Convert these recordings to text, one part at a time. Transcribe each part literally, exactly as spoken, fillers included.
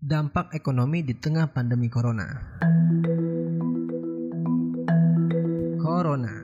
Dampak ekonomi di tengah pandemi Corona. Corona,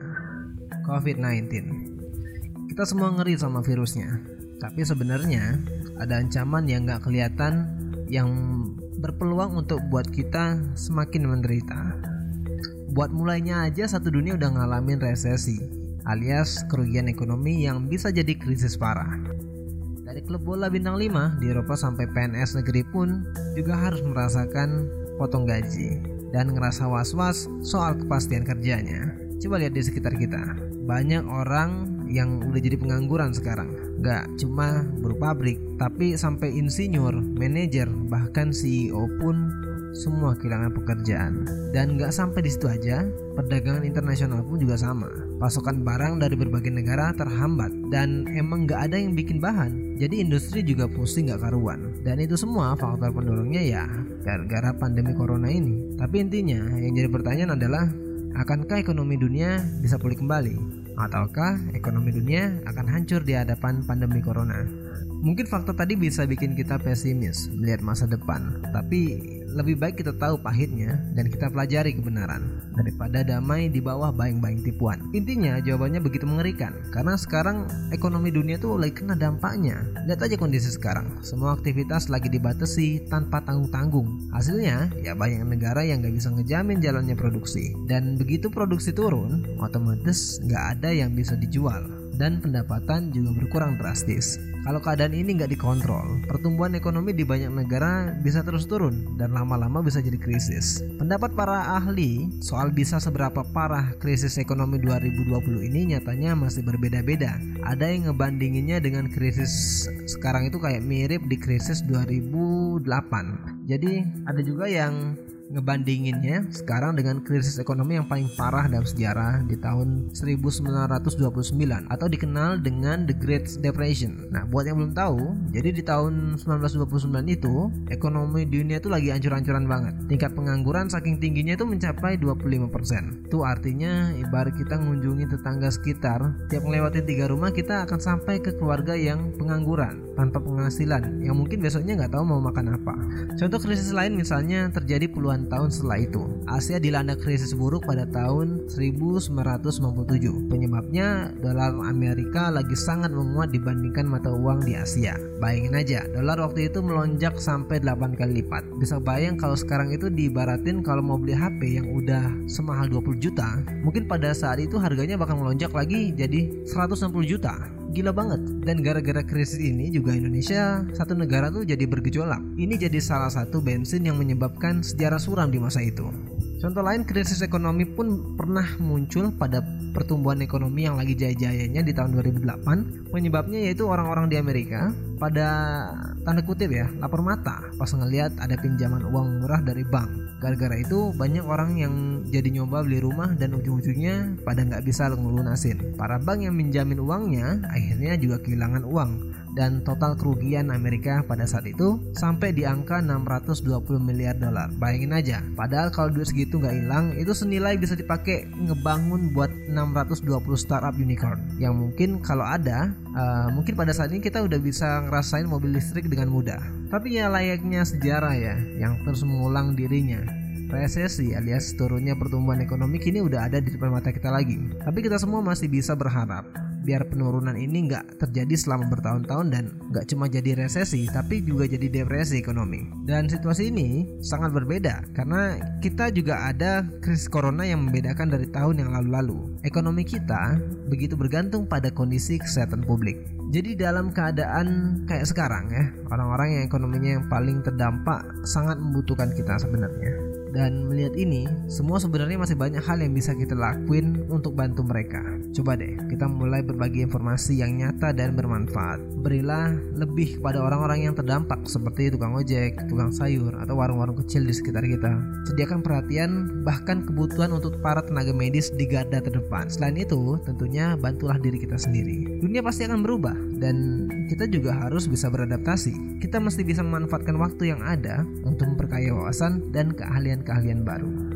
covid sembilan belas. Kita semua ngeri sama virusnya. Tapi sebenarnya ada ancaman yang gak kelihatan yang berpeluang untuk buat kita semakin menderita. Buat mulainya aja satu dunia udah ngalamin resesi, alias kerugian ekonomi yang bisa jadi krisis parah. Dari klub bola bintang lima di Eropa sampai P N S negeri pun juga harus merasakan potong gaji dan ngerasa was-was soal kepastian kerjanya. Coba lihat di sekitar kita, banyak orang yang udah jadi pengangguran sekarang. Gak cuma buruh pabrik, tapi sampai insinyur, manajer, bahkan C E O pun semua kehilangan pekerjaan. Dan gak sampai di situ aja, perdagangan internasional pun juga sama. Pasokan barang dari berbagai negara terhambat dan emang gak ada yang bikin bahan. Jadi industri juga pusing gak karuan. Dan itu semua faktor pendorongnya ya gara-gara pandemi corona ini. Tapi intinya yang jadi pertanyaan adalah, akankah ekonomi dunia bisa pulih kembali? Ataukah ekonomi dunia akan hancur di hadapan pandemi corona? Mungkin faktor tadi bisa bikin kita pesimis melihat masa depan, tapi lebih baik kita tahu pahitnya dan kita pelajari kebenaran daripada damai di bawah bayang-bayang tipuan. Intinya jawabannya begitu mengerikan, karena sekarang ekonomi dunia tuh lagi kena dampaknya. Lihat aja kondisi sekarang, semua aktivitas lagi dibatasi tanpa tanggung-tanggung. Hasilnya ya banyak negara yang gak bisa ngejamin jalannya produksi, dan begitu produksi turun, otomatis gak ada yang bisa dijual dan pendapatan juga berkurang drastis. Kalau keadaan ini nggak dikontrol, pertumbuhan ekonomi di banyak negara bisa terus turun dan lama-lama bisa jadi krisis. Pendapat para ahli soal bisa seberapa parah krisis ekonomi dua ribu dua puluh ini nyatanya masih berbeda-beda. Ada yang ngebandinginnya dengan krisis sekarang itu kayak mirip di krisis dua ribu delapan. Jadi ada juga yang ngebandinginnya sekarang dengan krisis ekonomi yang paling parah dalam sejarah di tahun seribu sembilan ratus dua puluh sembilan atau dikenal dengan The Great Depression. Nah, buat yang belum tahu, jadi di tahun seribu sembilan ratus dua puluh sembilan itu ekonomi dunia itu lagi ancur-ancuran banget. Tingkat pengangguran saking tingginya itu mencapai dua puluh lima persen. Itu artinya ibarat kita mengunjungi tetangga sekitar, tiap ngelewatin tiga rumah kita akan sampai ke keluarga yang pengangguran tanpa penghasilan, yang mungkin besoknya nggak tahu mau makan apa. Contoh krisis lain misalnya terjadi puluhan tahun setelah itu. Asia dilanda krisis buruk pada tahun seribu sembilan ratus sembilan puluh tujuh. Penyebabnya dolar Amerika lagi sangat menguat dibandingkan mata uang di Asia. Bayangin aja, dolar waktu itu melonjak sampai delapan kali lipat. Bisa bayang kalau sekarang itu diibaratin kalau mau beli H P yang udah semahal dua puluh juta, mungkin pada saat itu harganya bakal melonjak lagi jadi seratus enam puluh juta. Gila banget. Dan gara-gara krisis ini juga Indonesia, satu negara tuh jadi bergejolak. Ini jadi salah satu bensin yang menyebabkan sejarah suram di masa itu. Contoh lain, krisis ekonomi pun pernah muncul pada pertumbuhan ekonomi yang lagi jaya-jayanya di tahun dua ribu delapan. Penyebabnya yaitu orang-orang di Amerika pada tanda kutip ya lapar mata pas ngelihat ada pinjaman uang murah dari bank. Gara-gara itu banyak orang yang jadi nyoba beli rumah dan ujung-ujungnya pada nggak bisa ngelunasin. Para bank yang minjamin uangnya akhirnya juga kehilangan uang, dan total kerugian Amerika pada saat itu sampai di angka enam ratus dua puluh miliar dolar. Bayangin aja, padahal kalau duit segitu nggak hilang, itu senilai bisa dipakai ngebangun buat enam ratus dua puluh startup unicorn yang mungkin kalau ada, uh, mungkin pada saat ini kita udah bisa ngerasain mobil listrik dengan mudah. Tapi ya layaknya sejarah ya, yang terus mengulang dirinya. Resesi alias turunnya pertumbuhan ekonomi kini udah ada di depan mata kita lagi. Tapi kita semua masih bisa berharap biar penurunan ini nggak terjadi selama bertahun-tahun dan nggak cuma jadi resesi tapi juga jadi depresi ekonomi. Dan situasi ini sangat berbeda karena kita juga ada krisis corona yang membedakan dari tahun yang lalu-lalu. Ekonomi kita begitu bergantung pada kondisi kesehatan publik. Jadi dalam keadaan kayak sekarang ya, orang-orang yang ekonominya yang paling terdampak sangat membutuhkan kita sebenarnya. Dan melihat ini, semua sebenarnya masih banyak hal yang bisa kita lakuin untuk bantu mereka. Coba deh, kita mulai berbagi informasi yang nyata dan bermanfaat. Berilah lebih kepada orang-orang yang terdampak seperti tukang ojek, tukang sayur, atau warung-warung kecil di sekitar kita. Sediakan perhatian, bahkan kebutuhan untuk para tenaga medis di garda terdepan. Selain itu, tentunya bantulah diri kita sendiri. Dunia pasti akan berubah, dan kita juga harus bisa beradaptasi. Kita mesti bisa memanfaatkan waktu yang ada untuk memperkaya wawasan dan keahlian keahlian baru.